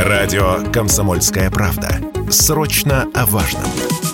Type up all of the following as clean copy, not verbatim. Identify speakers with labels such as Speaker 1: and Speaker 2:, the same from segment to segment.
Speaker 1: Радио «Комсомольская правда». Срочно о важном.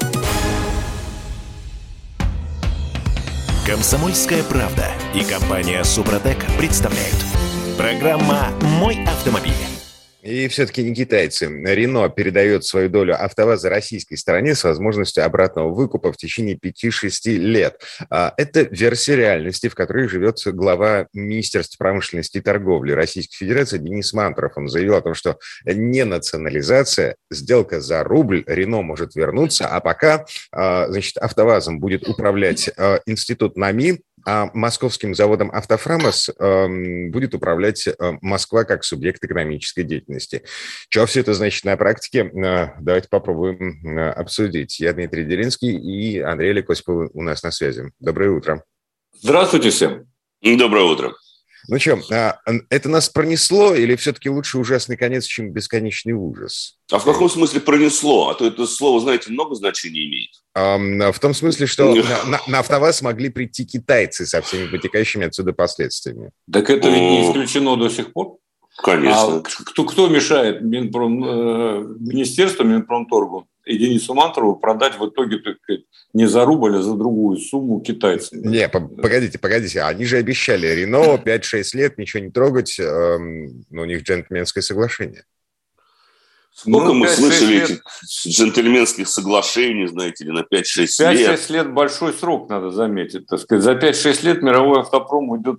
Speaker 1: «Комсомольская правда» и компания «Супротек» представляют. Программа «Мой автомобиль».
Speaker 2: И все-таки не китайцы. Рено передает свою долю АвтоВАЗа российской стороне с возможностью обратного выкупа в течение 5-6 лет. Это версия реальности, в которой живет глава Министерства промышленности и торговли Российской Федерации Денис Мантуров. Он заявил о том, что не национализация, сделка за рубль, Рено может вернуться, а пока, значит, АвтоВАЗом будет управлять институт НАМИ, а московским заводом «Автофрамос» будет управлять Москва как субъект экономической деятельности. Что все это значит на практике? Давайте попробуем обсудить. Я Дмитрий Делинский и Андрей Олег Осипов у нас на связи. Доброе утро.
Speaker 3: Здравствуйте всем.
Speaker 4: Доброе утро.
Speaker 2: Ну что, это нас пронесло или все-таки лучше ужасный конец, чем бесконечный ужас?
Speaker 4: А в каком смысле пронесло? А то это слово, знаете, много значений имеет.
Speaker 2: В том смысле, что на АвтоВАЗ могли прийти китайцы со всеми вытекающими отсюда последствиями.
Speaker 3: Так это ведь не исключено до сих пор.
Speaker 4: Конечно.
Speaker 3: А кто мешает Министерству, Минпромторгу и Денису Мантурову продать в итоге, так сказать, не за рубль, а за другую сумму китайцам?
Speaker 2: Не, погодите. Они же обещали Рено 5-6 лет ничего не трогать. У них джентльменское соглашение.
Speaker 4: Сколько мы слышали этих джентльменских соглашений, знаете ли, на 5-6 лет.
Speaker 3: 5-6 лет – большой срок, надо заметить. Так сказать. За 5-6 лет мировой автопром уйдет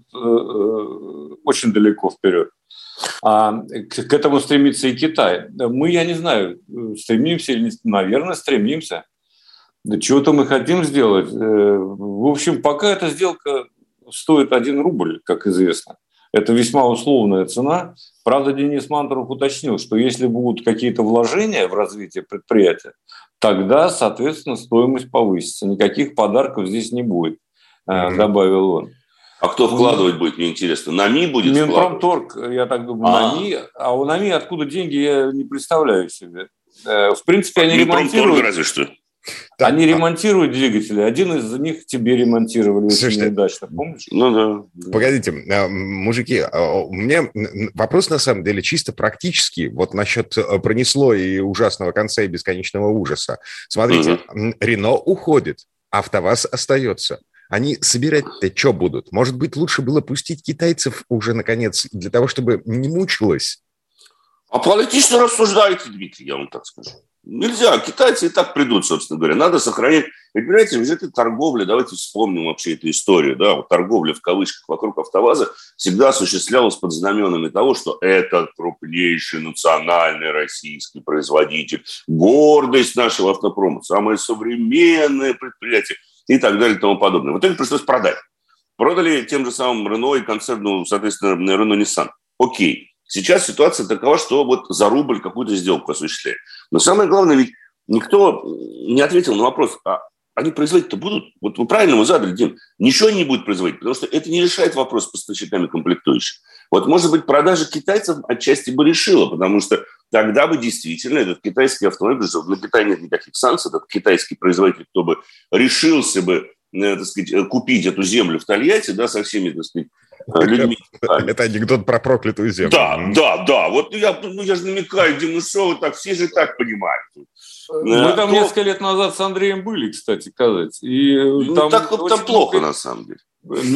Speaker 3: очень далеко вперед. А к этому стремится и Китай. Мы, я не знаю, стремимся или не, наверное, стремимся. Да чего-то мы хотим сделать. В общем, пока эта сделка стоит 1 рубль, как известно. Это весьма условная цена. Правда, Денис Мантуров уточнил, что если будут какие-то вложения в развитие предприятия, тогда, соответственно, стоимость повысится. Никаких подарков здесь не будет, добавил он.
Speaker 4: А кто вкладывать будет, мне интересно? НАМИ будет вкладывать?
Speaker 3: Минпромторг, я так думаю, НАМИ. А у НАМИ откуда деньги, я не представляю себе. В принципе, они ремонтируют...
Speaker 4: разве что.
Speaker 3: Они ремонтируют двигатели. Один из них тебе ремонтировали очень неудачно, помнишь?
Speaker 4: Ну да.
Speaker 2: Погодите, мужики, у меня вопрос на самом деле чисто практический. Вот насчет пронесло и ужасного конца, и бесконечного ужаса. Смотрите, Рено уходит, АвтоВАЗ остается. Они собирать-то что будут? Может быть, лучше было пустить китайцев уже, наконец, для того, чтобы не мучилось?
Speaker 4: А политично рассуждаете, Дмитрий, я вам так скажу. Нельзя, китайцы и так придут, собственно говоря. Надо сохранять. Вы понимаете, ведь это торговля, давайте вспомним вообще эту историю. Да? Вот торговля в кавычках вокруг АвтоВАЗа всегда осуществлялась под знаменами того, что это крупнейший национальный российский производитель, гордость нашего автопрома, самое современное предприятие и так далее и тому подобное. В итоге пришлось продать. Продали тем же самым Рено и концерну, соответственно, Рено-Ниссан. Окей. Сейчас ситуация такова, что вот за рубль какую-то сделку осуществляют. Но самое главное, ведь никто не ответил на вопрос, а они производить-то будут? Вот вы правильно мы задали, Дим. Ничего не будет производить, потому что это не решает вопрос с поставщиками комплектующих. Вот, может быть, продажа китайцев отчасти бы решила, потому что тогда бы действительно этот китайский автомобиль, потому что на Китай нет никаких санкций, этот китайский производитель, кто бы решился бы, так сказать, купить эту землю в Тольятти, да, со всеми, так сказать, людьми.
Speaker 2: Это анекдот про проклятую землю.
Speaker 4: Да. Вот я же намекаю, Дим, что вы так, все же так понимают.
Speaker 3: Мы там несколько лет назад с Андреем были, кстати сказать. И
Speaker 4: там плохо, на самом деле.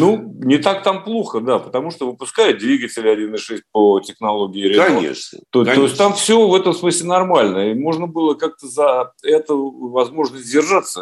Speaker 3: Не так там плохо, да, потому что выпускают двигатели 1.6 по технологии Рено.
Speaker 4: Конечно.
Speaker 3: То есть там все в этом смысле нормально. И можно было как-то за эту возможность держаться,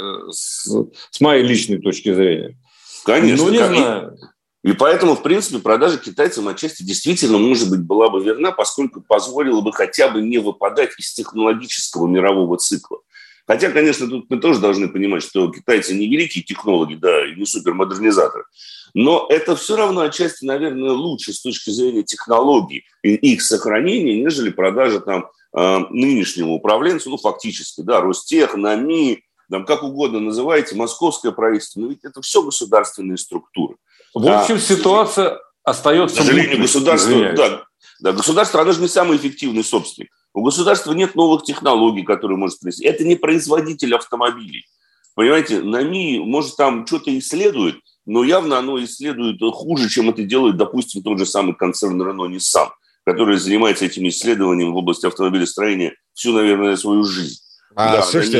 Speaker 3: с моей личной точки зрения.
Speaker 4: Конечно.
Speaker 3: Не знаю.
Speaker 4: И поэтому, в принципе, продажа китайцам отчасти действительно, может быть, была бы верна, поскольку позволила бы хотя бы не выпадать из технологического мирового цикла. Хотя, конечно, тут мы тоже должны понимать, что китайцы не великие технологи, да, и не супермодернизаторы. Но это все равно отчасти, наверное, лучше с точки зрения технологий и их сохранения, нежели продажа там нынешнего управленца, фактически, да, Ростех, НАМИ, там, как угодно называйте, московское правительство. Но ведь это все государственные структуры.
Speaker 3: В общем, ситуация остается...
Speaker 4: К сожалению, государство, оно же не самый эффективный собственник. У государства нет новых технологий, которые может принести. Это не производитель автомобилей. Понимаете, НАМИ, может, там что-то исследует, но явно оно исследует хуже, чем это делает, допустим, тот же самый концерн Renault-Nissan. которая занимается этими исследованиями в области автомобилестроения всю, наверное, свою жизнь.
Speaker 2: Слушайте,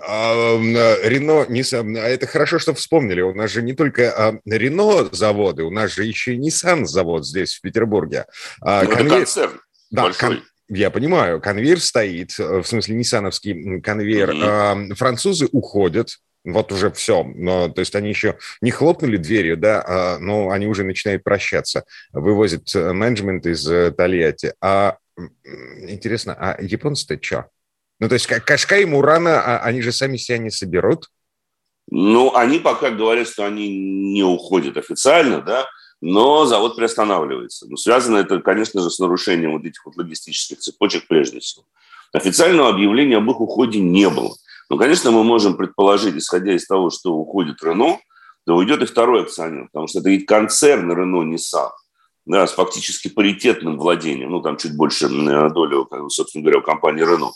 Speaker 2: Рено, это хорошо, что вспомнили. У нас же не только Рено заводы, у нас же еще и Nissan завод здесь, в Петербурге.
Speaker 4: Это концерн большой.
Speaker 2: Я понимаю, конвейер стоит, в смысле ниссановский конвейер. Французы уходят, вот уже все. То есть они еще не хлопнули дверью, да, но они уже начинают прощаться. Вывозят менеджмент из Тольятти. Интересно, а японцы-то что? Ну, то есть Кашкай и Мурана, они же сами себя не соберут?
Speaker 4: Ну, они пока говорят, что они не уходят официально, да, но завод приостанавливается. Но связано это, конечно же, с нарушением вот этих вот логистических цепочек прежде всего. Официального объявления об их уходе не было. Но, конечно, мы можем предположить, исходя из того, что уходит Рено, то уйдет и второй акционер, потому что это ведь концерн Рено-Ниссан, да, с фактически паритетным владением, ну, там чуть больше долю, собственно говоря, у компании Рено.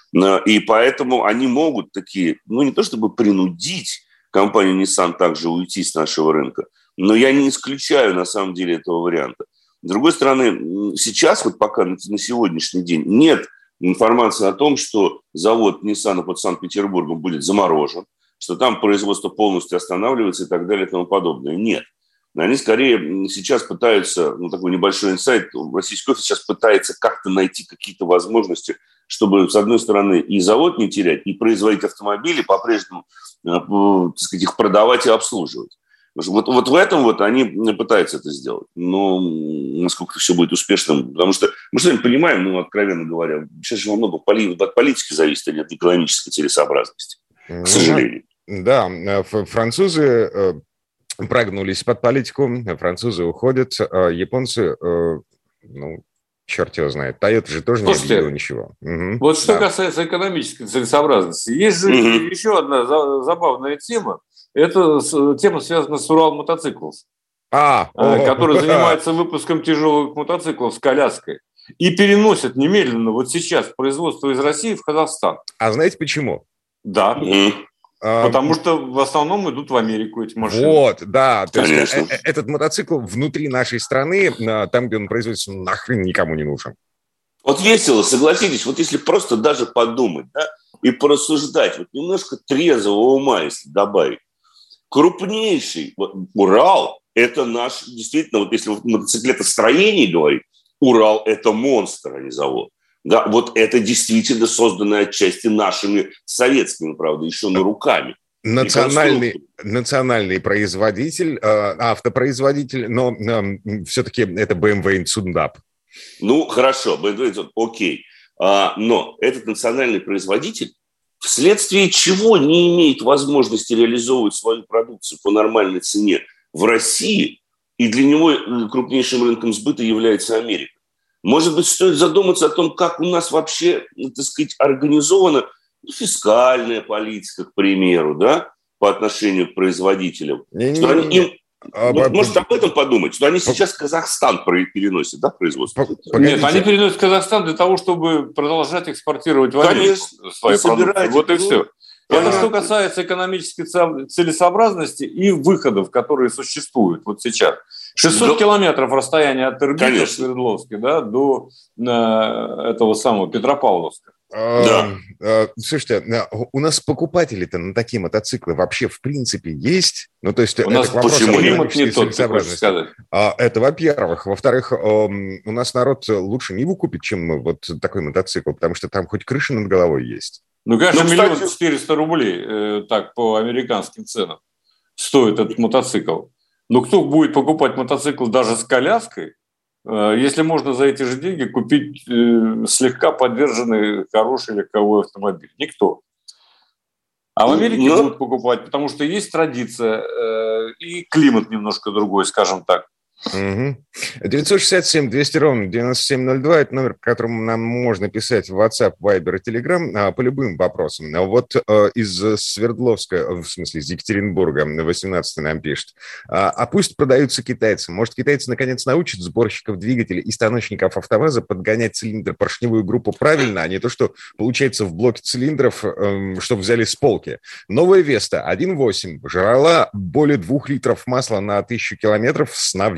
Speaker 4: И поэтому они могут такие, ну, не то чтобы принудить компанию Nissan также уйти с нашего рынка, но я не исключаю, на самом деле, этого варианта. С другой стороны, сейчас, вот пока на сегодняшний день, нет информации о том, что завод Nissan под Санкт-Петербургом будет заморожен, что там производство полностью останавливается и так далее и тому подобное. Нет. Они скорее сейчас пытаются, ну, такой небольшой инсайт, российский офис сейчас пытается как-то найти какие-то возможности, чтобы, с одной стороны, и завод не терять, и производить автомобили, по-прежнему, так сказать, их продавать и обслуживать. Вот в этом вот они пытаются это сделать. Но насколько все будет успешным, потому что мы что-нибудь понимаем, ну, откровенно говоря, сейчас же во многом от политики зависит, а не от экономической целесообразности, к сожалению.
Speaker 2: Да, французы прогнулись под политику, французы уходят, японцы, ну, черт его знает. Тойота же тоже не объявила ничего.
Speaker 3: Вот что касается экономической целесообразности. Есть же еще одна забавная тема. Это тема связана с Урал-мотоциклов, который занимается выпуском тяжелых мотоциклов с коляской. И переносят немедленно вот сейчас производство из России в Казахстан.
Speaker 2: А знаете почему?
Speaker 3: Да. Потому что в основном идут в Америку эти машины.
Speaker 2: Вот, да. То есть этот мотоцикл внутри нашей страны, там, где он производится, нахрен никому не нужен.
Speaker 4: Вот весело, согласитесь, вот если просто даже подумать, да, и порассуждать, вот немножко трезвого ума, если добавить. Крупнейший Урал – это наш, действительно, вот если в мотоциклетостроении говорить, Урал – это монстр, а не завод. Да, вот это действительно создано отчасти нашими советскими, правда, еще на руками.
Speaker 2: Национальный производитель, автопроизводитель, но все-таки это BMW и Цундап.
Speaker 4: Ну, хорошо, BMW, окей. Но этот национальный производитель вследствие чего не имеет возможности реализовывать свою продукцию по нормальной цене в России, и для него крупнейшим рынком сбыта является Америка. Может быть, стоит задуматься о том, как у нас вообще, так сказать, организована фискальная политика, к примеру, да, по отношению к производителям. Может, об этом подумать, что они сейчас Казахстан переносят, да, производство?
Speaker 3: Нет, они переносят в Казахстан для того, чтобы продолжать экспортировать в Америку свои продукты. Вот и все. Это что касается экономической целесообразности и выходов, которые существуют вот сейчас. 600 километров расстояние от Ирбита в Свердловске, да, до этого самого Петропавловска.
Speaker 4: Да.
Speaker 2: Слушайте, у нас покупатели-то на такие мотоциклы вообще в принципе есть? Ну, то есть
Speaker 3: у нас почему климат не тот, ты хочешь сказать?
Speaker 2: Это, во-первых. Во-вторых, у нас народ лучше Ниву купит, чем вот такой мотоцикл, потому что там хоть крыша над головой есть.
Speaker 3: Ну, конечно, 1 400 000 рублей, так, по американским ценам стоит этот мотоцикл. Но кто будет покупать мотоцикл даже с коляской, если можно за эти же деньги купить слегка подержанный хороший легковой автомобиль? Никто. А в Америке будут покупать, потому что есть традиция и климат немножко другой, скажем так.
Speaker 2: 967-200-97-02 – это номер, по которому нам можно писать в WhatsApp, Viber и Telegram по любым вопросам. Вот из Свердловска, в смысле из Екатеринбурга, 18-й нам пишет. А пусть продаются китайцы. Может, китайцы наконец научат сборщиков двигателей и станочников АвтоВАЗа подгонять цилиндр-поршневую группу правильно, а не то, что получается в блоке цилиндров, что взяли с полки. Новая Веста 1.8 жрала более 2 литров масла на 1000 километров с навья.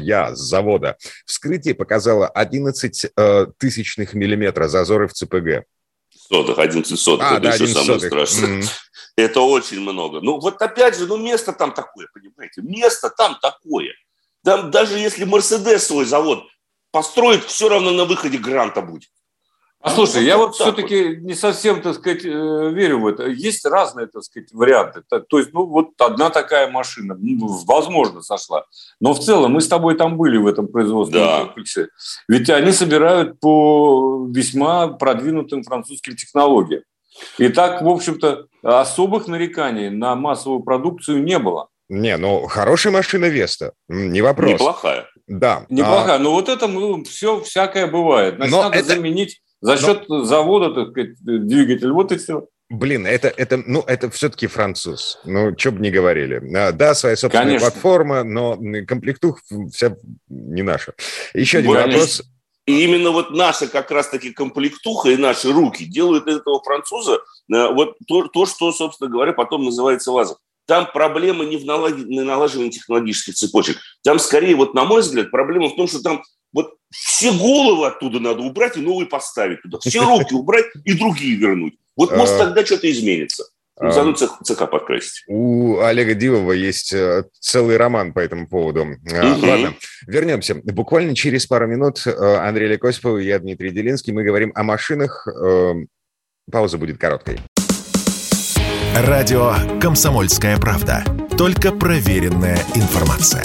Speaker 2: своя, с завода. Вскрытие показало 11 тысячных миллиметра зазоры в ЦПГ.
Speaker 4: Сотых, 11 сотых, это
Speaker 2: да,
Speaker 4: еще самое
Speaker 2: сотых.
Speaker 4: страшное. Это очень много. Ну, вот опять же, место там такое, понимаете? Место там такое. Там даже если Мерседес свой завод построит, все равно на выходе гранта будет.
Speaker 3: Слушай, я вот все-таки не совсем, так сказать, верю в это. Есть разные, так сказать, варианты. То есть, вот одна такая машина, возможно, сошла. Но в целом мы с тобой там были в этом производственном комплексе. Ведь они собирают по весьма продвинутым французским технологиям. И так, в общем-то, особых нареканий на массовую продукцию не было.
Speaker 2: Не, хорошая машина Веста, не вопрос.
Speaker 4: Неплохая.
Speaker 2: Да.
Speaker 3: Неплохая, но вот это все всякое бывает. Значит, надо заменить за счет завода, так сказать, двигатель, вот и все.
Speaker 2: Блин, это все-таки француз. Что бы ни говорили. Да, своя собственная платформа, но комплектуха вся не наша. Еще один вопрос.
Speaker 4: И именно вот наша как раз-таки комплектуха и наши руки делают из этого француза вот то, что, собственно говоря, потом называется ВАЗом. Там проблема не в налаживании технологических цепочек. Там скорее, вот на мой взгляд, проблема в том, что там вот все головы оттуда надо убрать и новые поставить туда. Все руки убрать и другие вернуть. Вот может тогда что-то изменится. Заодно ЦК подкрасить.
Speaker 2: У Олега Дивова есть целый роман по этому поводу. Ладно, вернемся. Буквально через пару минут Андрей Олег Осипов и я, Дмитрий Делинский. Мы говорим о машинах. Пауза будет короткой.
Speaker 1: Радио «Комсомольская правда». Только проверенная информация.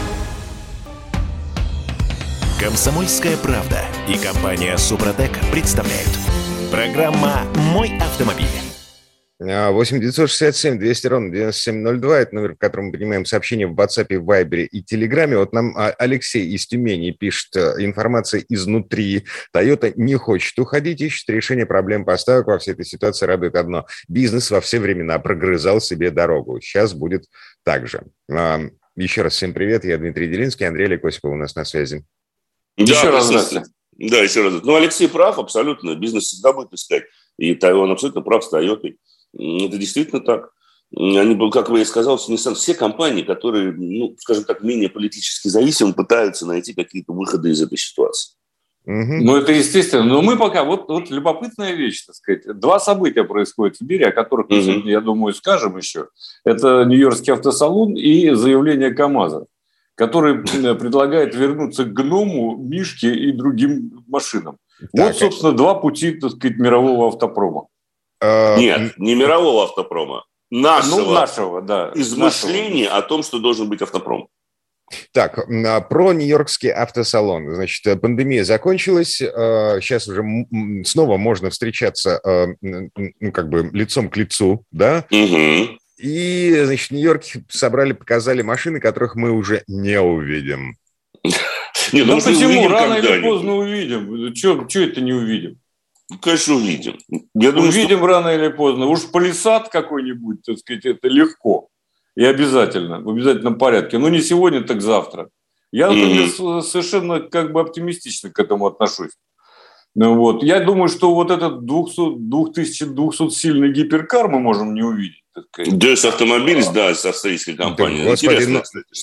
Speaker 1: «Комсомольская правда» и компания «Супротек» представляют. Программа «Мой автомобиль».
Speaker 2: 8-967-200-97-02. Это номер, в котором мы принимаем сообщения в WhatsApp, в Viber и Телеграме. Вот нам Алексей из Тюмени пишет: информация изнутри. Toyota не хочет уходить, ищет решение проблем поставок. Во всей этой ситуации радует одно: бизнес во все времена прогрызал себе дорогу. Сейчас будет так же. Еще раз всем привет. Я Дмитрий Делинский, Андрей Олег Осипов у нас на связи.
Speaker 4: Еще раз здравствуйте. Да, еще раз. Алексей прав абсолютно. Бизнес всегда будет искать. И он абсолютно прав с Toyota. Это действительно так. Они, как я и сказал, все компании, которые, скажем так, менее политически зависимы, пытаются найти какие-то выходы из этой ситуации.
Speaker 3: Это естественно. Но мы пока... Вот любопытная вещь, так сказать. Два события происходят в мире, о которых мы сегодня, я думаю, скажем еще. Это Нью-Йоркский автосалон и заявление КАМАЗа, который предлагает вернуться к Гному, Мишке и другим машинам. Вот, собственно, два пути, так сказать, мирового автопрома.
Speaker 4: Нет, не мирового автопрома. Нашего
Speaker 3: да.
Speaker 4: Измышления о том, что должен быть автопром.
Speaker 2: Так, про Нью-Йоркский автосалон. Значит, пандемия закончилась. Сейчас уже снова можно встречаться лицом к лицу, да? И, значит, в Нью-Йорке показали машины, которых мы уже не увидим.
Speaker 3: Почему? Рано или поздно увидим. Чего это не увидим?
Speaker 4: Конечно, увидим.
Speaker 3: Увидим рано или поздно. Уж Палисад какой-нибудь, так сказать, это легко. И обязательно, в обязательном порядке. Но не сегодня, так завтра. Я, например, совершенно оптимистично к этому отношусь. Я думаю, что вот этот 2200-сильный гиперкар мы можем не увидеть.
Speaker 4: ДЭС автомобиль, с австрийской компанией.
Speaker 2: Господи,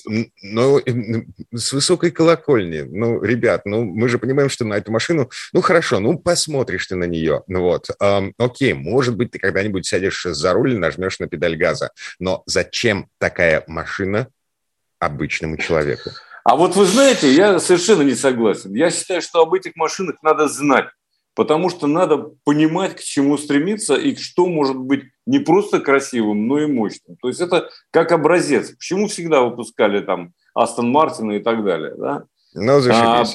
Speaker 2: с высокой колокольни. Ребят, мы же понимаем, что на эту машину, хорошо, посмотришь ты на нее. Окей, может быть, ты когда-нибудь сядешь за руль и нажмешь на педаль газа. Но зачем такая машина обычному человеку?
Speaker 3: А вот вы знаете, я совершенно не согласен. Я считаю, что об этих машинах надо знать, потому что надо понимать, к чему стремиться и что может быть не просто красивым, но и мощным. То есть это как образец. Почему всегда выпускали там Астон Мартина и так далее, да?
Speaker 2: Зашибись.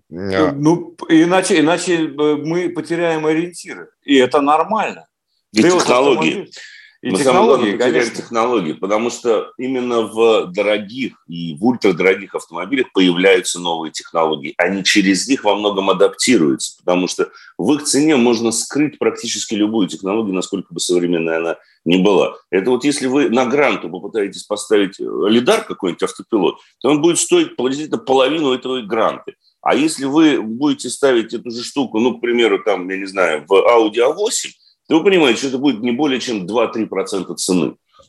Speaker 3: Иначе мы потеряем ориентиры. И это нормально.
Speaker 4: И технологии.
Speaker 3: И технологии, конечно.
Speaker 4: Технологии, потому что именно в дорогих и в ультрадорогих автомобилях появляются новые технологии. Они через них во многом адаптируются, потому что в их цене можно скрыть практически любую технологию, насколько бы современная она ни была. Это вот если вы на гранту попытаетесь поставить лидар какой-нибудь автопилот, то он будет стоить приблизительно половину этого гранта. А если вы будете ставить эту же штуку, к примеру, в Audi A8, то вы понимаете, что это будет не более чем 2-3% цены.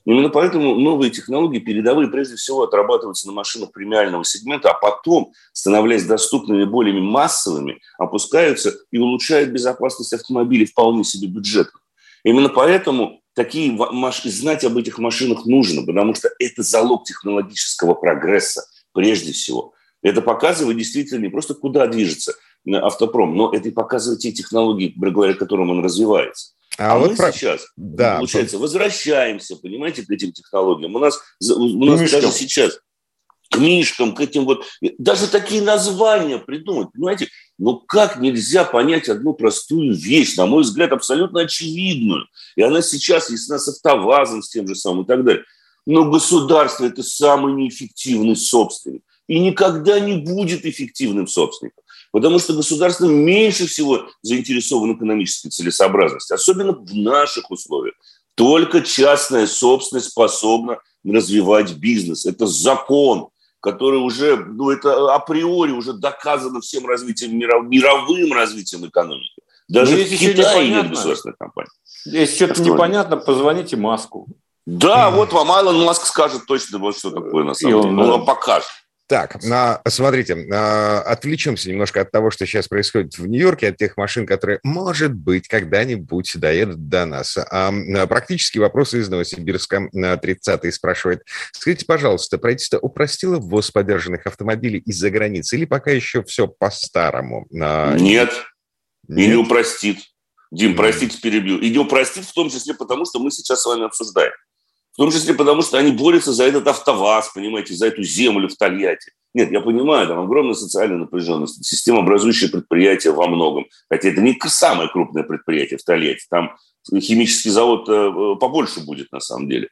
Speaker 4: Именно поэтому новые технологии передовые прежде всего отрабатываются на машинах премиального сегмента, а потом, становляясь доступными более массовыми, опускаются и улучшают безопасность автомобилей вполне себе бюджетных. Именно поэтому знать об этих машинах нужно, потому что это залог технологического прогресса прежде всего. Это показывает действительно не просто, куда движется автопром, но это и показывает те технологии, благодаря которым он развивается. А мы сейчас, получается, возвращаемся, понимаете, к этим технологиям. У нас даже сейчас к мишкам, к этим вот... Даже такие названия придумать, понимаете? Но как нельзя понять одну простую вещь, на мой взгляд, абсолютно очевидную. И она сейчас, если с АвтоВАЗом, с тем же самым и так далее. Но государство – это самый неэффективный собственник. И никогда не будет эффективным собственником. Потому что государство меньше всего заинтересовано в экономической целесообразности, особенно в наших условиях. Только частная собственность способна развивать бизнес. Это закон, который уже, это априори уже доказано всем развитием, мировым развитием экономики. Даже в Китае нет государственных компаний.
Speaker 3: Если что-то непонятно, позвоните Маску.
Speaker 4: Да, вот вам Илон Маск скажет точно, вот что такое на самом деле. Он вам покажет.
Speaker 2: Так, смотрите, отвлечемся немножко от того, что сейчас происходит в Нью-Йорке, от тех машин, которые, может быть, когда-нибудь доедут до нас. Практически вопрос из Новосибирска. 30-й спрашивает. Скажите, пожалуйста, правительство упростило ввоз подержанных автомобилей из-за границы или пока еще все по-старому?
Speaker 4: Нет, и не упростит. Дим, простите, перебью. И не упростит в том числе потому, что мы сейчас с вами обсуждаем. В том числе потому, что они борются за этот АвтоВАЗ, понимаете, за эту землю в Тольятти. Нет, я понимаю, там огромная социальная напряженность, системообразующее предприятие во многом. Хотя это не самое крупное предприятие в Тольятти. Там химический завод побольше будет, на самом деле,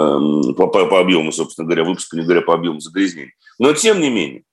Speaker 4: по объему, собственно говоря, выпуска, не говоря, по объему загрязнений. Но тем не менее,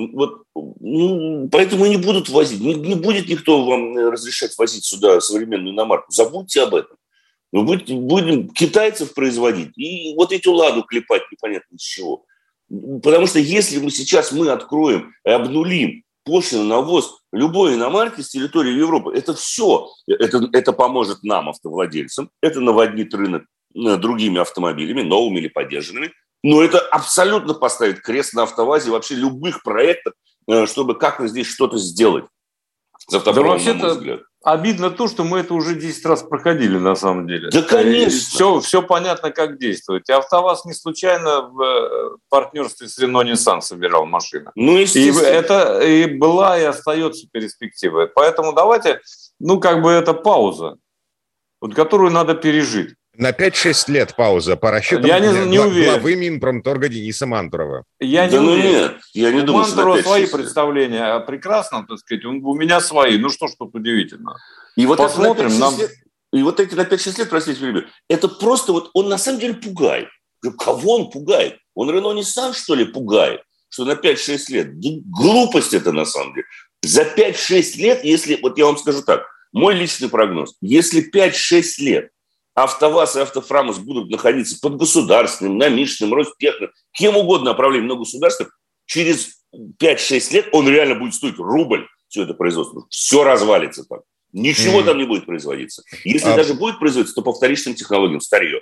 Speaker 4: поэтому и не будут возить. Не будет никто вам разрешать возить сюда современную иномарку. Забудьте об этом. Мы будем китайцев производить и вот эту ладу клепать непонятно из чего. Потому что если мы откроем и обнулим пошлину на ввоз любой иномарки с территории Европы, это все. Это поможет нам, автовладельцам. Это наводнит рынок другими автомобилями, новыми или подержанными. Но это абсолютно поставит крест на АвтоВАЗе вообще любых проектов, чтобы как-то здесь что-то сделать. С автопромом, на мой взгляд.
Speaker 3: Обидно то, что мы это уже 10 раз проходили, на самом деле.
Speaker 4: Да, конечно.
Speaker 3: Все понятно, как действовать. И АвтоВАЗ не случайно в партнерстве с Renault Nissan собирал машины.
Speaker 2: Естественно.
Speaker 3: И это и была, и остается перспективой. Поэтому давайте, это пауза, которую надо пережить.
Speaker 2: На 5-6 лет пауза по расчетам главы Минпромторга Дениса Мантурова.
Speaker 3: Я не уверен.
Speaker 4: Нет, я не думаю, что на 5-6 лет.
Speaker 3: свои представления прекрасно, так сказать, у меня свои. Что ж тут удивительно.
Speaker 4: И вот
Speaker 3: посмотрим.
Speaker 4: И вот эти на 5-6 лет, простите, ребят, это просто он на самом деле пугает. Кого он пугает? Он Renault Nissan, что ли, пугает? Что на 5-6 лет? Да глупость это на самом деле. За 5-6 лет, если, я вам скажу так, мой личный прогноз, если 5-6 лет АвтоВАЗ и Автофрамус будут находиться под государственным, намишенным, Ростехным, кем угодно направлением на государство, через 5-6 лет он реально будет стоить рубль, все это производство. Все развалится там. Ничего там не будет производиться. Если даже будет производиться, то по вторичным технологиям, старье.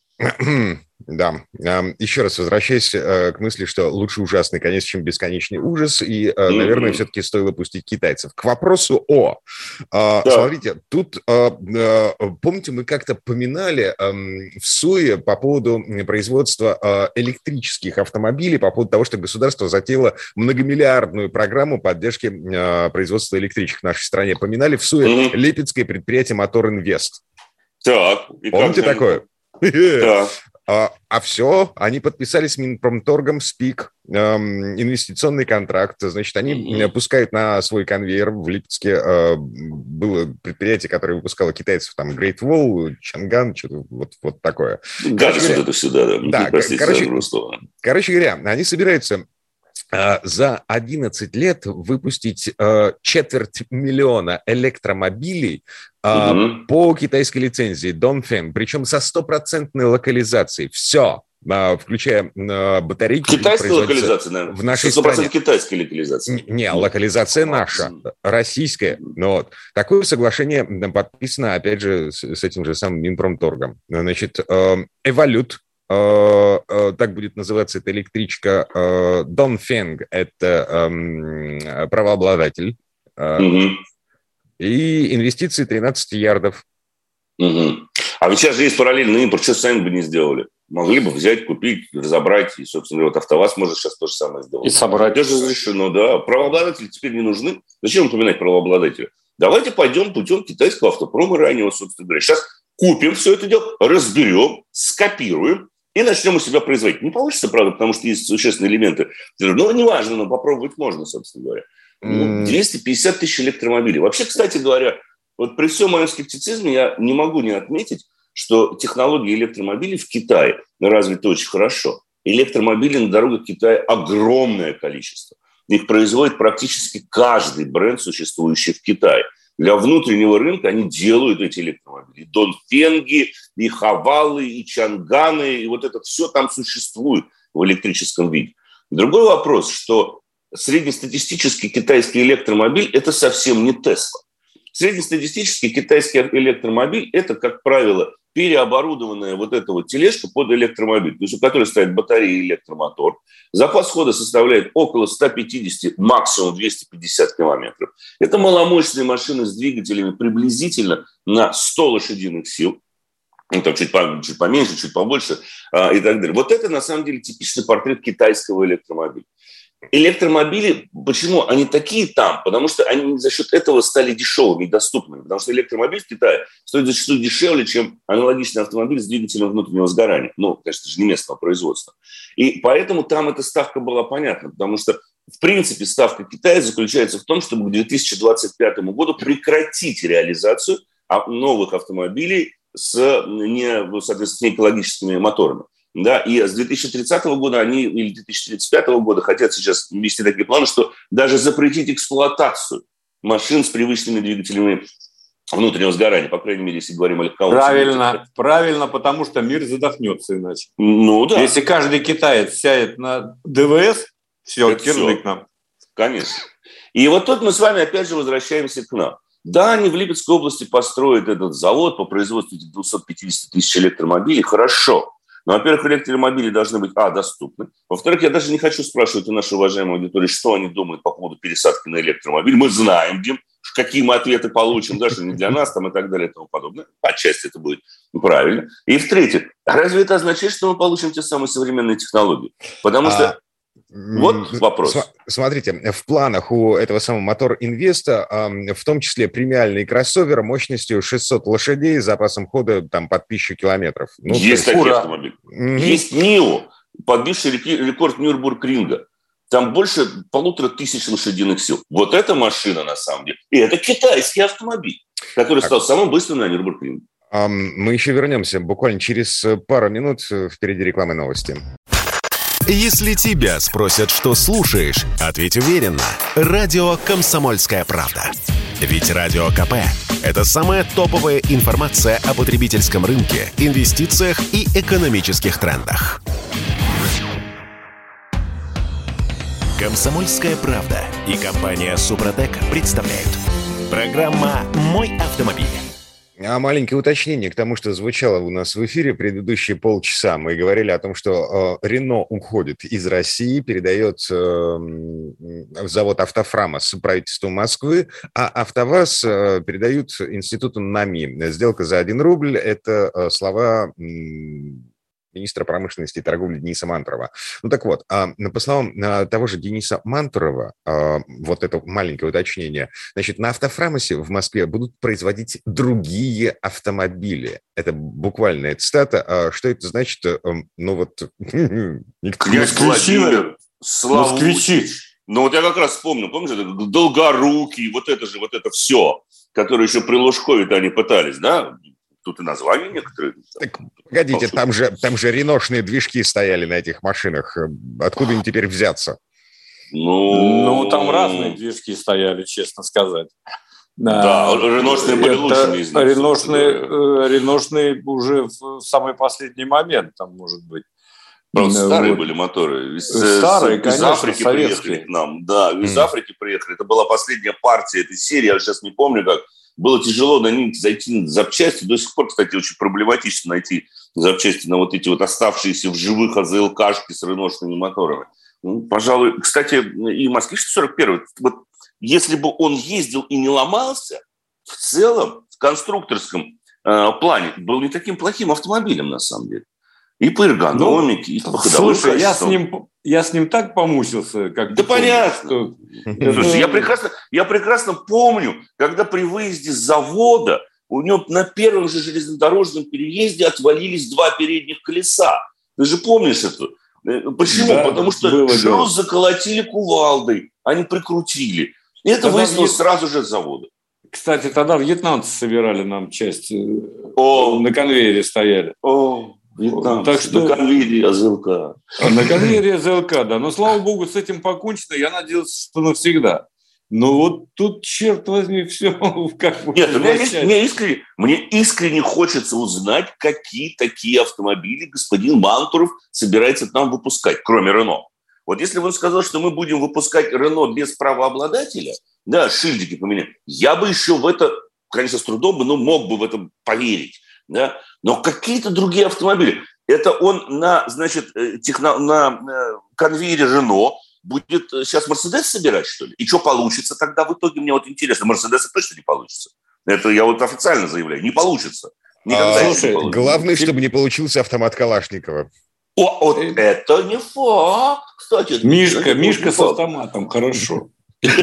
Speaker 2: Да. Еще раз возвращаясь к мысли, что лучше ужасный конец, чем бесконечный ужас, и, наверное, все-таки стоило пустить китайцев. К вопросу Смотрите, тут, помните, мы как-то поминали в СУЕ по поводу производства электрических автомобилей, по поводу того, что государство затеяло многомиллиардную программу поддержки производства электричек в нашей стране. Поминали в СУЕ Липецкое предприятие «Мотор Инвест».
Speaker 4: Так.
Speaker 2: Помните такое?
Speaker 4: Да.
Speaker 2: А все, они подписали с Минпромторгом СПИК, инвестиционный контракт. Значит, они пускают на свой конвейер. В Липецке было предприятие, которое выпускало китайцев, там, Great Wall, Чанган, что-то вот такое.
Speaker 4: Гадость вот это сюда, да.
Speaker 2: Короче говоря, они собираются за 11 лет выпустить 250 000 электромобилей по китайской лицензии Dongfeng, причем со 100% локализацией. Все, включая батарейки.
Speaker 4: Китайская локализация, наверное?
Speaker 2: В нашей
Speaker 4: 100%
Speaker 2: стране.
Speaker 4: китайская локализация.
Speaker 2: Не, локализация наша, российская. Такое соглашение подписано, опять же, с этим же самым Минпромторгом. Значит, Evolute так будет называться эта электричка, Dongfeng, это правообладатель, и инвестиции 13 ярдов.
Speaker 4: А ведь сейчас же есть параллельный импорт, что сами бы не сделали? Могли бы взять, купить, разобрать, и, собственно, вот АвтоВАЗ может сейчас то же самое сделать.
Speaker 3: И собрать.
Speaker 4: Это же разрешено, да. Правообладатели теперь не нужны. Зачем упоминать правообладателя? Давайте пойдем путем китайского автопрома раннего, собственно говоря. Сейчас купим все это дело, разберем, скопируем и начнем у себя производить. Не получится, правда, потому что есть существенные элементы. Ну, неважно, но попробовать можно, собственно говоря. 250 тысяч электромобилей. Вообще, кстати говоря, вот при всем моем скептицизме я не могу не отметить, что технологии электромобилей в Китае развиты очень хорошо. Электромобилей на дорогах Китая огромное количество. Их производит практически каждый бренд, существующий в Китае. Для внутреннего рынка они делают эти электромобили. И Донфенги, и Хавалы, и Чанганы, и вот это все там существует в электрическом виде. Другой вопрос, что среднестатистический китайский электромобиль – это совсем не Тесла. Среднестатистический китайский электромобиль – это, как правило, переоборудованная вот эта вот тележка под электромобиль, то есть у которой стоит батарея и электромотор. Запас хода составляет около 150, максимум 250 километров. Это маломощные машины с двигателями приблизительно на 100 лошадиных сил. Ну, там чуть поменьше, чуть побольше и так далее. Вот это, на самом деле, типичный портрет китайского электромобиля. Электромобили, почему они такие там? Потому что они за счет этого стали дешевыми и доступными. Потому что электромобиль в Китае стоит зачастую дешевле, чем аналогичный автомобиль с двигателем внутреннего сгорания. Ну, конечно же, не местного производства. И поэтому там эта ставка была понятна. Потому что, в принципе, ставка Китая заключается в том, чтобы к 2025 году прекратить реализацию новых автомобилей с неэкологическими моторами. Да, и с 2030 года они, или 2035 года хотят сейчас ввести такие планы, что даже запретить эксплуатацию машин с привычными двигателями внутреннего сгорания, по крайней мере, если говорим о легковом.
Speaker 3: Правильно, потому что мир задохнется иначе.
Speaker 4: Ну да.
Speaker 3: Если каждый китаец сядет на ДВС, все, кирдык нам.
Speaker 4: Конечно. И вот тут мы с вами опять же возвращаемся к нам. Да, они в Липецкой области построят этот завод по производству 250 тысяч электромобилей, хорошо. Но, во-первых, электромобили должны быть, доступны. Во-вторых, я даже не хочу спрашивать у нашей уважаемой аудитории, что они думают по поводу пересадки на электромобиль. Мы знаем, Дим, какие мы ответы получим, даже не для нас там, и так далее и тому подобное. Отчасти это будет правильно. И в-третьих, разве это означает, что мы получим те самые современные технологии? Потому что... Вот вопрос.
Speaker 2: Смотрите, в планах у этого самого Мотор Инвеста в том числе премиальный кроссовер мощностью 600 лошадей с запасом хода там, под 1000 километров. Ну,
Speaker 4: есть такие автомобили. Есть НИО, подбивший рекорд Нюрнбург-ринга. Там больше 1500 лошадиных сил. Вот эта машина на самом деле. И это китайский автомобиль, который стал самым быстрым на Нюрнбург-ринге.
Speaker 2: Мы еще вернемся буквально через пару минут. Впереди рекламы и новости.
Speaker 1: Если тебя спросят, что слушаешь, ответь уверенно. Радио «Комсомольская правда». Ведь Радио КП – это самая топовая информация о потребительском рынке, инвестициях и экономических трендах. «Комсомольская правда» и компания «Супротек» представляют. Программа «Мой автомобиль».
Speaker 2: Маленькое уточнение к тому, что звучало у нас в эфире предыдущие полчаса. Мы говорили о том, что Рено уходит из России, передает завод «Автофрамос» правительству Москвы, а «АвтоВАЗ» передают институту НАМИ. Сделка за 1 рубль – это слова министра промышленности и торговли Дениса Мантурова. Ну так вот, по словам того же Дениса Мантурова, вот это маленькое уточнение, значит, на «Автофрамосе» в Москве будут производить другие автомобили. Это буквальная цитата. Что это значит? Ну вот...
Speaker 4: Князь Владимир Славутич. Ну вот я как раз вспомнил, помнишь, Долгорукий, вот это все, которое еще при Лужкове-то они пытались, да? Тут и названия некоторые.
Speaker 2: Так, погодите, там же реношные движки стояли на этих машинах. Откуда им теперь взяться?
Speaker 3: Ну, там разные движки стояли, честно сказать.
Speaker 4: Да, реношные были лучшими из них.
Speaker 3: Реношные уже в самый последний момент, там, может быть.
Speaker 4: Правда, старые были моторы.
Speaker 3: Старые, конечно,
Speaker 4: из Африки приехали к нам. Да, из Африки приехали. Это была последняя партия этой серии, я сейчас не помню как. было тяжело на них зайти на запчасти. До сих пор, кстати, очень проблематично найти запчасти на вот эти вот оставшиеся в живых АЗЛКшки с реношными моторами. Ну, пожалуй, кстати, и «Москвич-41», вот если бы он ездил и не ломался, в целом в конструкторском плане был не таким плохим автомобилем, на самом деле. И по эргономике, и по ходовым качествам.
Speaker 3: Я с ним так помучился, как...
Speaker 4: Да понятно. Слушай, я прекрасно помню, когда при выезде с завода у него на первом же железнодорожном переезде отвалились 2 передних колеса. Ты же помнишь это? Почему? Да, потому что шлюз заколотили кувалдой, а не прикрутили. И это выяснилось сразу же с завода.
Speaker 3: Кстати, тогда вьетнамцы собирали нам часть, на конвейере стояли.
Speaker 4: Так что... На конвейере АЗЛК.
Speaker 3: На конвейере АЗЛК, да. Но, слава богу, с этим покончено. Я надеялся, что навсегда. Но вот тут, черт возьми, все как бы...
Speaker 4: Нет, мне искренне хочется узнать, какие такие автомобили господин Мантуров собирается нам выпускать, кроме Рено. Вот если бы он сказал, что мы будем выпускать Рено без правообладателя, да, шильдики поменять, я бы еще в это, конечно, с трудом бы, но мог бы в это поверить. Да? Но какие-то другие автомобили. Это он на конвейере Рено будет сейчас Мерседес собирать, что ли? И что получится тогда в итоге? Мне вот интересно. Мерседеса точно не получится. Это я вот официально заявляю. Не получится. Никогда не получится.
Speaker 2: Главное, чтобы не получился автомат Калашникова.
Speaker 4: Вот это не факт. Кстати,
Speaker 3: Мишка с автоматом. Хорошо.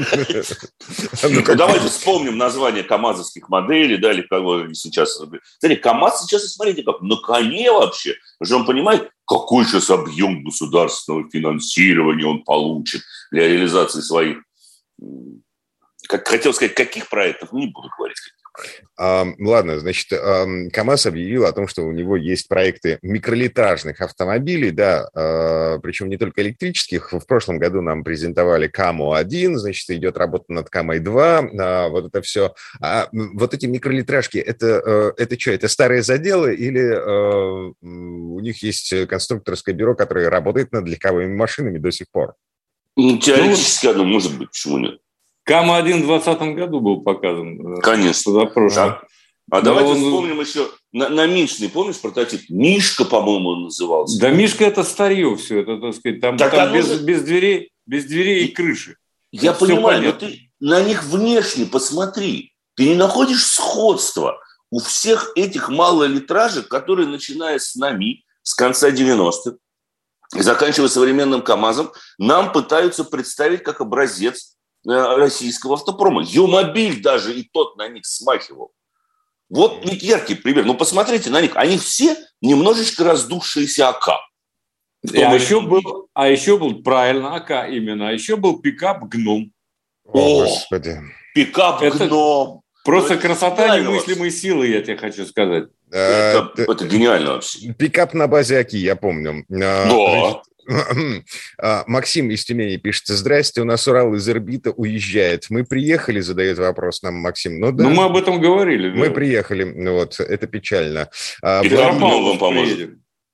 Speaker 4: Давайте вспомним название камазовских моделей, да, или кого они сейчас. Смотри, КамАЗ сейчас, смотрите, как на коне вообще. Уже он понимает, какой сейчас объем государственного финансирования он получит для реализации своих, как хотел сказать, каких проектов, не буду говорить, каких.
Speaker 2: Ладно, значит, КамАЗ объявил о том, что у него есть проекты микролитражных автомобилей, да, причем не только электрических. В прошлом году нам презентовали КАМО-1, значит, идет работа над КАМО-2, вот это все. Вот эти микролитражки, это что, это старые заделы или у них есть конструкторское бюро, которое работает над легковыми машинами до сих пор?
Speaker 4: Теоретически оно может быть, почему нет?
Speaker 3: КАМО-1 в 2020 году был показан.
Speaker 4: Конечно. Давайте вспомним еще на Мишный, помнишь прототип? Мишка, по-моему, он назывался.
Speaker 3: Да, Мишка – это старье все, это, так сказать, там без дверей и крыши.
Speaker 4: Я понимаю, но ты на них внешне посмотри. Ты не находишь сходства у всех этих малолитражек, которые, начиная с нами, с конца 90-х, и заканчивая современным КамАЗом, нам пытаются представить как образец российского автопрома. Юмобиль даже и тот на них смахивал. Вот ведь яркий пример. Ну, посмотрите на них. Они все немножечко раздувшиеся АК.
Speaker 3: А еще был, правильно, АК именно. А еще был пикап «Гном».
Speaker 2: О, Господи.
Speaker 4: Пикап «Гном».
Speaker 3: Просто красота немыслимой силы, я тебе хочу сказать.
Speaker 4: Это гениально вообще.
Speaker 2: Пикап на базе АКИ, я помню.
Speaker 4: Да.
Speaker 2: Максим из Тюмени пишет: здрасте, у нас Урал из Ирбита уезжает. Мы приехали, задает вопрос нам Максим.
Speaker 3: Ну, мы об этом говорили.
Speaker 2: Мы приехали, вот, это печально.
Speaker 4: Вам поможет.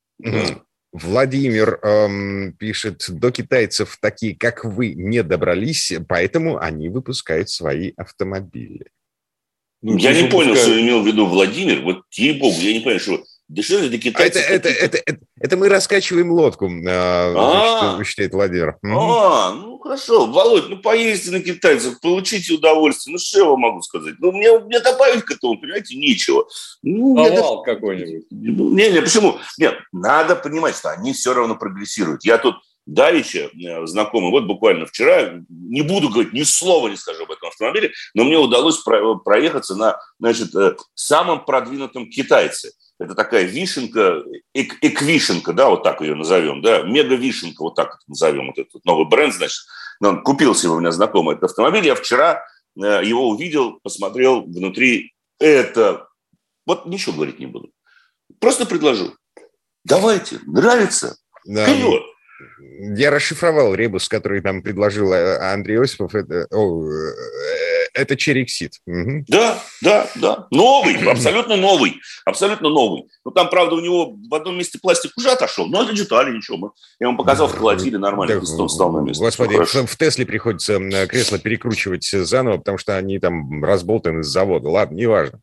Speaker 2: Владимир пишет: до китайцев такие, как вы, не добрались, поэтому они выпускают свои автомобили.
Speaker 4: Я не понял, что имел в виду Владимир. Вот, ей-богу, я не понял, что... Дешевле для китайцев.
Speaker 2: Это мы раскачиваем лодку, считает Владимир.
Speaker 4: Ну хорошо. Володь, поездите на китайцев, получите удовольствие. Ну что я вам могу сказать? Ну мне добавить к этому, понимаете, нечего.
Speaker 3: Овал какой-нибудь.
Speaker 4: Не, почему? Нет, надо понимать, что они все равно прогрессируют. Я тут давеча знакомый, вот буквально вчера, не буду говорить, ни слова не скажу об этом автомобиле, но мне удалось проехаться на, самом продвинутом китайце. Это такая вишенка, эквишенка, да, вот так ее назовем, да, мега-вишенка, вот так это назовем, вот этот новый бренд, значит. Он купил себе у меня знакомый этот автомобиль, я вчера его увидел, посмотрел внутри, вот ничего говорить не буду. Просто предложу. Давайте, нравится, вперед.
Speaker 2: Я расшифровал ребус, который нам предложил Андрей Осипов. Это Cherry Exit. Угу.
Speaker 4: Да. Новый, абсолютно новый. Абсолютно новый. Ну, там, правда, у него в одном месте пластик уже отошел, но это детали, ничего. Я вам показал, вколотили нормально, пистон встал на место.
Speaker 2: Господи, в Тесле приходится кресло перекручивать заново, потому что они там разболтаны с завода. Ладно, неважно.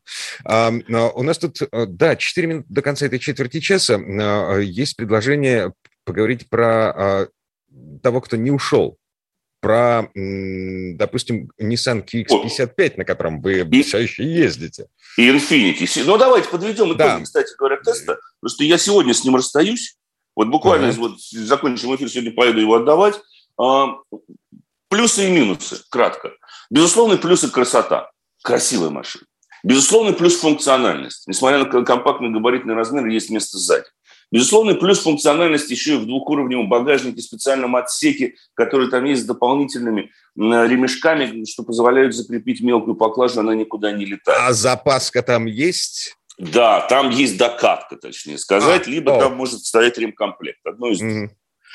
Speaker 2: У нас тут, 4 минуты до конца этой четверти часа. Есть предложение поговорить про того, кто не ушел. Про, допустим, Nissan QX55, на котором вы все еще ездите.
Speaker 4: И Infiniti. Ну, давайте подведем итоги, кстати говоря, теста. Потому что я сегодня с ним расстаюсь. Вот буквально закончим эфир, сегодня поеду его отдавать. Плюсы и минусы, кратко. Безусловный плюс – это красота. Красивая машина. Безусловный плюс – функциональность. Несмотря на компактный габаритный размер, есть место сзади. Безусловный плюс функциональности еще и в двухуровневом багажнике, специальном отсеке, который там есть с дополнительными ремешками, что позволяют закрепить мелкую поклажу, она никуда не летает.
Speaker 2: А запаска там есть?
Speaker 4: Да, там есть докатка, точнее сказать, либо там может стоять ремкомплект. Одно из двух.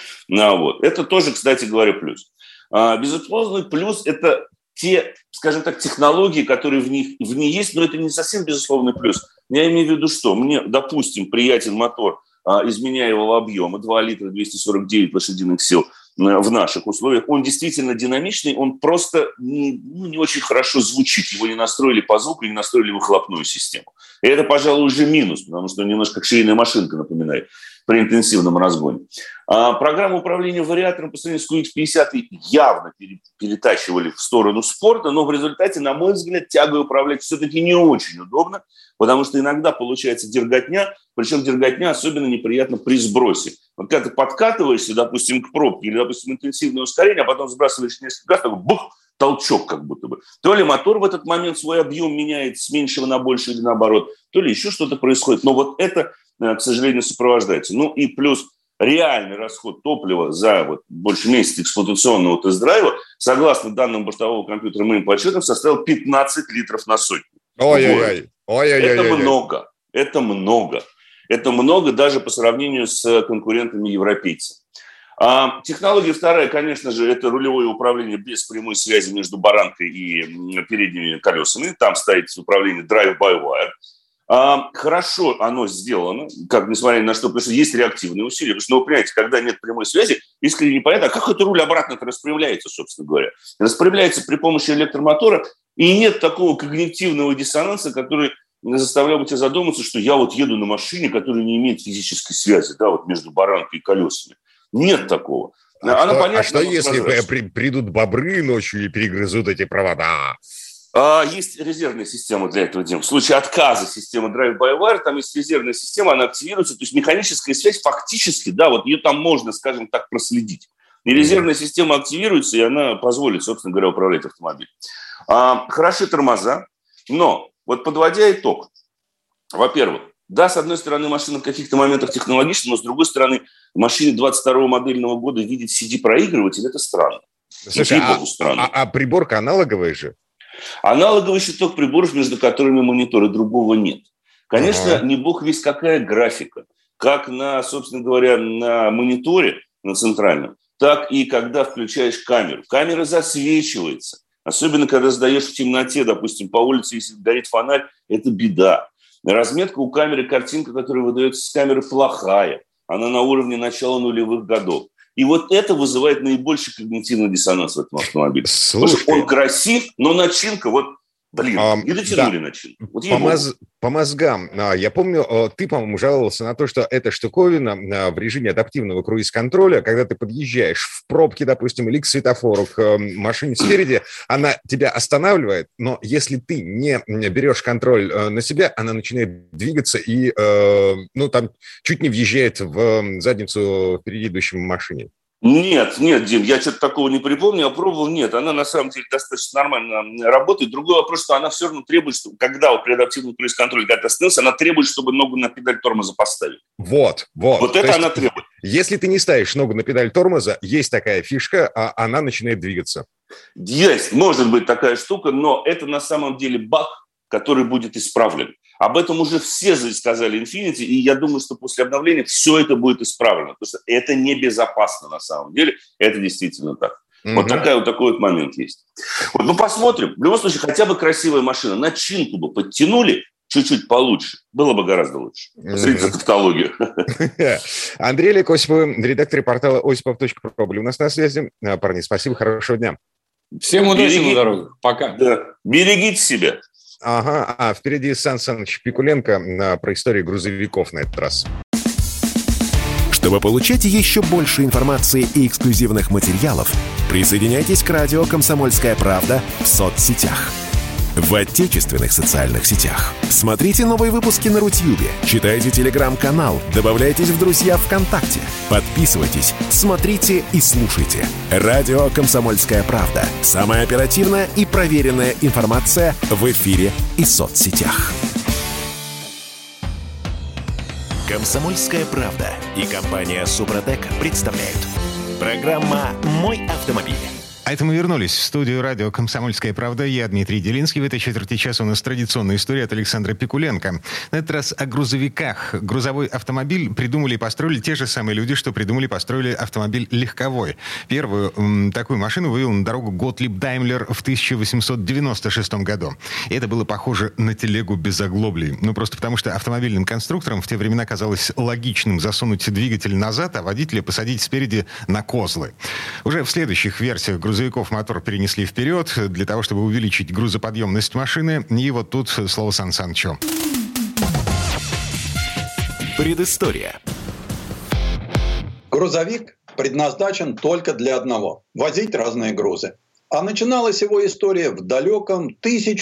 Speaker 4: Вот. Это тоже, кстати говоря, плюс. Безусловный плюс – это те, скажем так, технологии, которые в ней есть, но это не совсем безусловный плюс. Я имею в виду, что мне, допустим, приятен мотор изменяемого объема, 2 литра 249 лошадиных сил в наших условиях. Он действительно динамичный, он просто не очень хорошо звучит. Его не настроили по звуку, не настроили выхлопную систему. И это, пожалуй, уже минус, потому что он немножко как швейная машинка напоминает при интенсивном разгоне. Программу управления вариатором по сравнению с QX50 явно перетачивали в сторону спорта, но в результате, на мой взгляд, тягой управлять все-таки не очень удобно, потому что иногда получается дерготня, причем дерготня особенно неприятна при сбросе. Вот когда ты подкатываешься, допустим, к пробке или, допустим, интенсивное ускорение, а потом сбрасываешь несколько раз, такой бух, толчок как будто бы. То ли мотор в этот момент свой объем меняет с меньшего на больше или наоборот, то ли еще что-то происходит. Но вот это, к сожалению, сопровождается. Ну и плюс реальный расход топлива за больше месяца эксплуатационного тест-драйва, согласно данным бортового компьютера моим подсчетам, составил 15 литров на сотню.
Speaker 2: Ой-ой-ой.
Speaker 4: Это много. Это много. Это много даже по сравнению с конкурентами-европейцами. Технология вторая, конечно же, это рулевое управление без прямой связи между баранкой и передними колесами. Там стоит управление drive-by-wire. Хорошо оно сделано, как несмотря ни на что, потому что есть реактивные усилия. Потому что, вы понимаете, когда нет прямой связи, искренне непонятно, как этот руль обратно распрямляется, собственно говоря. Распрямляется при помощи электромотора, и нет такого когнитивного диссонанса, который заставлял бы тебя задуматься, что я еду на машине, которая не имеет физической связи, между баранкой и колесами. Нет такого.
Speaker 2: Что если придут бобры ночью и перегрызут эти провода?
Speaker 4: Есть резервная система для этого дела. В случае отказа системы Drive-by-Wire, там есть резервная система, она активируется. То есть механическая связь фактически, ее там можно, скажем так, проследить. И резервная система активируется, и она позволит, собственно говоря, управлять автомобилем. Хороши тормоза, но подводя итог. Во-первых, да, с одной стороны, машина в каких-то моментах технологична, но с другой стороны, в машине 22-го модельного года видеть CD-проигрыватель – это странно.
Speaker 2: Слушай, а приборка аналоговая же?
Speaker 4: Аналоговый щиток приборов, между которыми мониторы, другого нет. Конечно, не бог весть какая графика. Как собственно говоря, на мониторе, на центральном, так и когда включаешь камеру. Камера засвечивается. Особенно, когда сдаешь в темноте, допустим, по улице, если горит фонарь, это беда. Разметка у камеры, картинка, которая выдается с камеры, плохая. Она на уровне начала нулевых годов. И это вызывает наибольший когнитивный диссонанс в этом автомобиле.
Speaker 2: Слушай,
Speaker 4: он красив, но начинка, не дотянули начинку.
Speaker 2: По мозгам. Я помню, ты, по-моему, жаловался на то, что эта штуковина в режиме адаптивного круиз-контроля, когда ты подъезжаешь в пробке, допустим, или к светофору, к машине спереди, она тебя останавливает, но если ты не берешь контроль на себя, она начинает двигаться и там чуть не въезжает в задницу впереди идущей машине.
Speaker 4: Нет, Дим, я что-то такого не припомню, я пробовал, нет, она на самом деле достаточно нормально работает. Другой вопрос, что она все равно требует, что когда при адаптивном круиз-контроле когда ты остановился, она требует, чтобы ногу на педаль тормоза поставить.
Speaker 2: Вот
Speaker 4: это она требует.
Speaker 2: Если ты не ставишь ногу на педаль тормоза, есть такая фишка, она начинает двигаться.
Speaker 4: Есть, может быть такая штука, но это на самом деле баг, который будет исправлен. Об этом уже все сказали Infiniti, и я думаю, что после обновления все это будет исправлено, потому что это небезопасно на самом деле, это действительно так. Вот такой вот момент есть. Вот, посмотрим. В любом случае, хотя бы красивая машина. Начинку бы подтянули чуть-чуть получше. Было бы гораздо лучше. Посмотрите за тавтологию.
Speaker 2: Андрей Олег Осипов, редактор портала osipov.pro. Были у нас на связи. Парни, спасибо, хорошего дня.
Speaker 3: Всем удачи на дорогах. Пока.
Speaker 4: Да. Берегите себя.
Speaker 2: Ага, впереди Сан Саныч Пикуленко про историю грузовиков на этот раз.
Speaker 1: Чтобы получать еще больше информации и эксклюзивных материалов, присоединяйтесь к радио «Комсомольская правда» в соцсетях. В отечественных социальных сетях. Смотрите новые выпуски на Рутьюбе, читайте телеграм-канал, добавляйтесь в друзья ВКонтакте, подписывайтесь, смотрите и слушайте. Радио «Комсомольская правда». Самая оперативная и проверенная информация в эфире и соцсетях. «Комсомольская правда» и компания «Супротек» представляют. Программа «Мой автомобиль».
Speaker 5: А это мы вернулись в студию радио «Комсомольская правда». Я Дмитрий Делинский. В этой четверти часа у нас традиционная история от Александра Пикуленко. На этот раз о грузовиках. Грузовой автомобиль придумали и построили те же самые люди, что придумали и построили автомобиль легковой. Первую такую машину вывел на дорогу Готлиб Даймлер в 1896 году. И это было похоже на телегу без оглоблей. Просто потому, что автомобильным конструкторам в те времена казалось логичным засунуть двигатель назад, а водителя посадить спереди на козлы. Уже в следующих версиях грузовиков мотор перенесли вперед для того, чтобы увеличить грузоподъемность машины. И вот тут слово Сан Санычу.
Speaker 1: Предыстория.
Speaker 6: Грузовик предназначен только для одного – возить разные грузы. А начиналась его история в далеком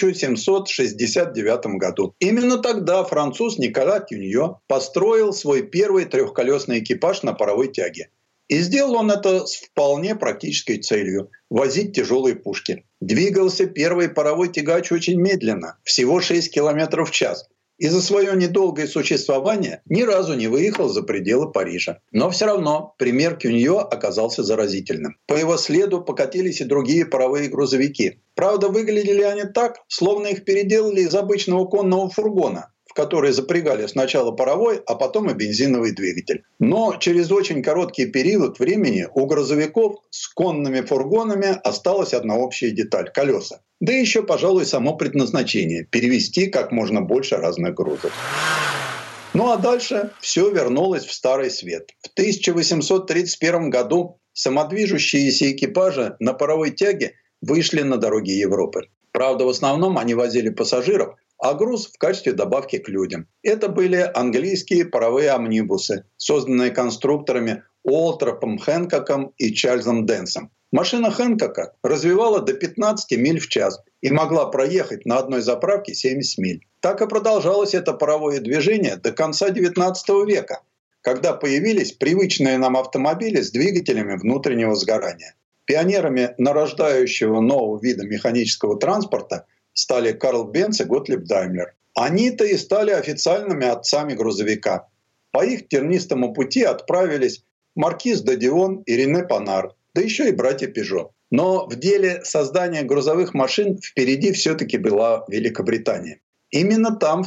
Speaker 6: 1769 году. Именно тогда француз Николя Кюньо построил свой первый трехколесный экипаж на паровой тяге. И сделал он это с вполне практической целью – возить тяжелые пушки. Двигался первый паровой тягач очень медленно, всего 6 км в час. И за свое недолгое существование ни разу не выехал за пределы Парижа. Но все равно пример Кюньо оказался заразительным. По его следу покатились и другие паровые грузовики. Правда, выглядели они так, словно их переделали из обычного конного фургона, в который запрягали сначала паровой, а потом и бензиновый двигатель. Но через очень короткий период времени у грузовиков с конными фургонами осталась одна общая деталь – колеса. Да и еще, пожалуй, само предназначение – перевезти как можно больше разных грузов. Ну а дальше все вернулось в Старый Свет. В 1831 году самодвижущиеся экипажи на паровой тяге вышли на дороги Европы. Правда, в основном они возили пассажиров, а груз в качестве добавки к людям. Это были английские паровые амнибусы, созданные конструкторами Уолтером Хэнкоком и Чарльзом Дэнсом. Машина Хэнкока развивала до 15 миль в час и могла проехать на одной заправке 70 миль. Так и продолжалось это паровое движение до конца XIX века, когда появились привычные нам автомобили с двигателями внутреннего сгорания. Пионерами нарождающего нового вида механического транспорта стали Карл Бенц и Готлиб Даймлер. Они-то и стали официальными отцами грузовика. По их тернистому пути отправились маркиз де Дион и Рене Панар, да еще и братья Пежо. Но в деле создания грузовых машин впереди все-таки была Великобритания. Именно там в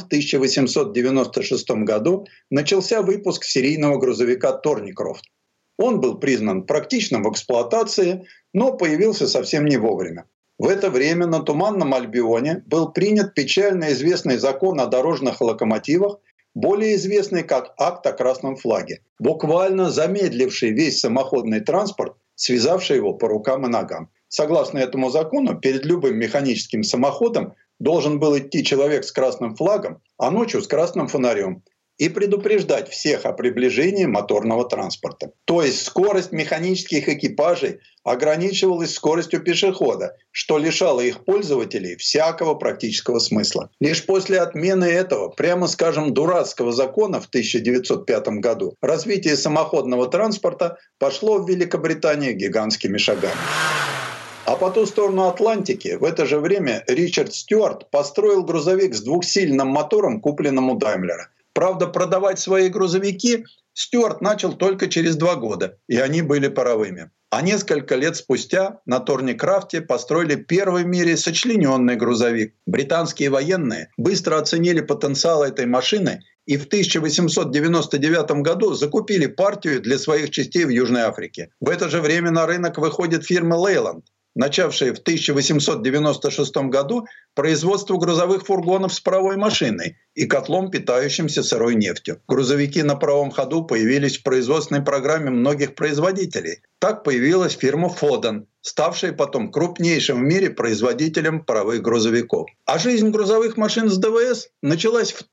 Speaker 6: 1896 году начался выпуск серийного грузовика Торникрофт. Он был признан практичным в эксплуатации, но появился совсем не вовремя. В это время на Туманном Альбионе был принят печально известный закон о дорожных локомотивах, более известный как Акт о Красном флаге, буквально замедливший весь самоходный транспорт, связавший его по рукам и ногам. Согласно этому закону, перед любым механическим самоходом должен был идти человек с красным флагом, а ночью с красным фонарем, и предупреждать всех о приближении моторного транспорта. То есть скорость механических экипажей ограничивалась скоростью пешехода, что лишало их пользователей всякого практического смысла. Лишь после отмены этого, прямо скажем, дурацкого закона в 1905 году развитие самоходного транспорта пошло в Великобритании гигантскими шагами. А по ту сторону Атлантики в это же время Ричард Стюарт построил грузовик с двухсильным мотором, купленным у Даймлера. Правда, продавать свои грузовики Стюарт начал только через 2 года, и они были паровыми. А несколько лет спустя на Торникрафте построили первый в мире сочлененный грузовик. Британские военные быстро оценили потенциал этой машины и в 1899 году закупили партию для своих частей в Южной Африке. В это же время на рынок выходит фирма Leyland, начавшая в 1896 году производство грузовых фургонов с паровой машиной и котлом, питающимся сырой нефтью. Грузовики на паровом ходу появились в производственной программе многих производителей. Так появилась фирма Foden, ставшая потом крупнейшим в мире производителем паровых грузовиков. А жизнь грузовых машин с ДВС началась в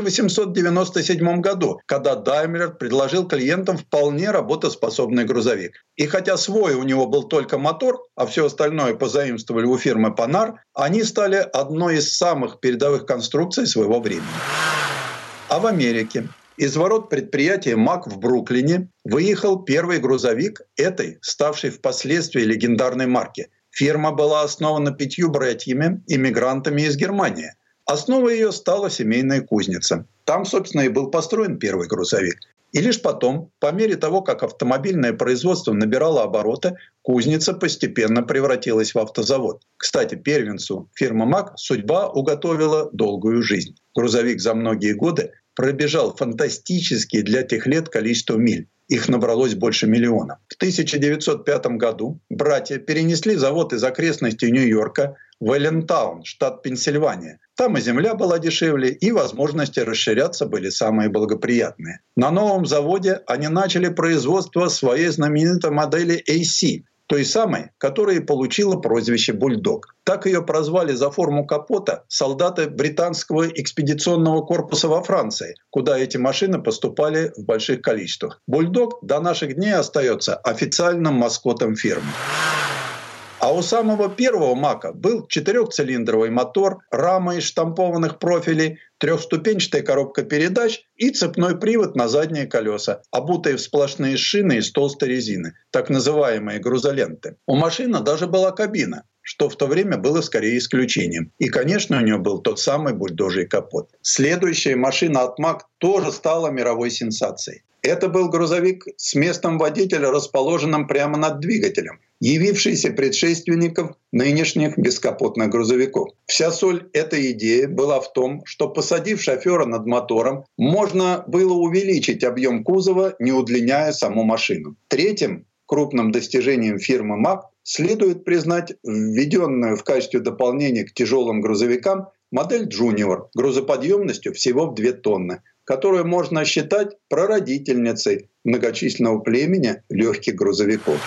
Speaker 6: 1897 году, когда Daimler предложил клиентам вполне работоспособный грузовик. И хотя свой у него был только мотор, а все остальное позаимствовали у фирмы Panhard, они стали одной из самых передовых конструкций своего времени. А в Америке из ворот предприятия МАК в Бруклине выехал первый грузовик этой, ставшей впоследствии легендарной марки. Фирма была основана 5 братьями, иммигрантами из Германии. Основой ее стала семейная кузница. Там, собственно, и был построен первый грузовик. И лишь потом, по мере того, как автомобильное производство набирало обороты, кузница постепенно превратилась в автозавод. Кстати, первенцу фирмы МАК судьба уготовила долгую жизнь. Грузовик за многие годы пробежал фантастические для тех лет количество миль. Их набралось больше 1 миллиона. В 1905 году братья перенесли завод из окрестностей Нью-Йорка в Эллентаун, штат Пенсильвания. Там и земля была дешевле, и возможности расширяться были самые благоприятные. На новом заводе они начали производство своей знаменитой модели AC, той самой, которая получила прозвище «Бульдог». Так ее прозвали за форму капота солдаты британского экспедиционного корпуса во Франции, куда эти машины поступали в больших количествах. «Бульдог» до наших дней остается официальным маскотом фирмы. А у самого первого МАКа был 4-цилиндровый мотор, рама из штампованных профилей, 3-ступенчатая коробка передач и цепной привод на задние колеса, обутые в сплошные шины из толстой резины, так называемые грузоленты. У машины даже была кабина, что в то время было скорее исключением. И, конечно, у нее был тот самый бульдожий капот. Следующая машина от МАК тоже стала мировой сенсацией. Это был грузовик с местом водителя, расположенным прямо над двигателем, явившийся предшественником нынешних бескапотных грузовиков. Вся соль этой идеи была в том, что, посадив шофера над мотором, можно было увеличить объем кузова, не удлиняя саму машину. Третьим крупным достижением фирмы МАК следует признать введенную в качестве дополнения к тяжелым грузовикам модель Junior грузоподъемностью всего в 2 тонны, которую можно считать прародительницей многочисленного племени легких грузовиков.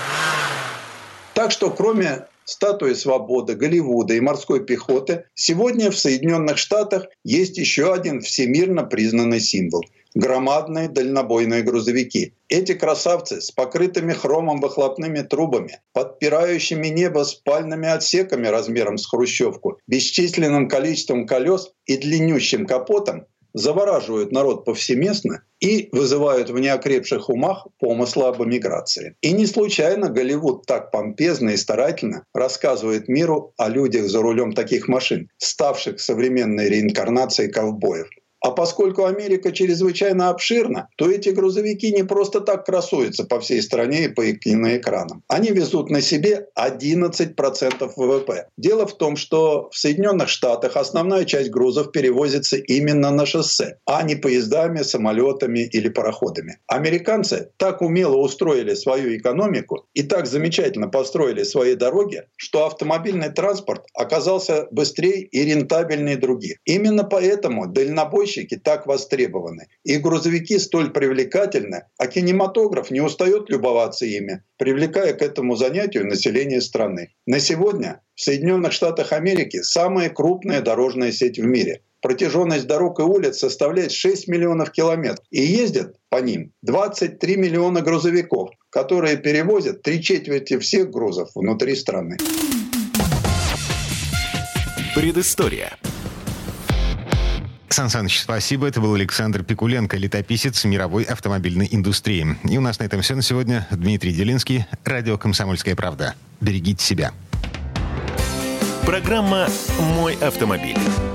Speaker 6: Так что кроме статуи свободы, Голливуда и морской пехоты, сегодня в Соединенных Штатах есть еще один всемирно признанный символ – громадные дальнобойные грузовики. Эти красавцы с покрытыми хромом выхлопными трубами, подпирающими небо спальными отсеками размером с хрущевку, бесчисленным количеством колес и длиннющим капотом завораживают народ повсеместно и вызывают в неокрепших умах помыслы об эмиграции. И не случайно Голливуд так помпезно и старательно рассказывает миру о людях за рулем таких машин, ставших современной реинкарнацией ковбоев. А поскольку Америка чрезвычайно обширна, то эти грузовики не просто так красуются по всей стране и по киноэкранам. Они везут на себе 11% ВВП. Дело в том, что в Соединенных Штатах основная часть грузов перевозится именно на шоссе, а не поездами, самолетами или пароходами. Американцы так умело устроили свою экономику и так замечательно построили свои дороги, что автомобильный транспорт оказался быстрее и рентабельнее других. Именно поэтому дальнобойщики так востребованы, и грузовики столь привлекательны, а кинематограф не устает любоваться ими, привлекая к этому занятию население страны. На сегодня в Соединенных Штатах Америки самая крупная дорожная сеть в мире. Протяженность дорог и улиц составляет 6 миллионов километров, и ездят по ним 23 миллиона грузовиков, которые перевозят 3/4 всех грузов внутри страны.
Speaker 1: Предыстория.
Speaker 5: Сан Саныч, спасибо. Это был Александр Пикуленко, летописец мировой автомобильной индустрии. И у нас на этом все на сегодня. Дмитрий Делинский, радио «Комсомольская правда». Берегите себя.
Speaker 1: Программа «Мой автомобиль».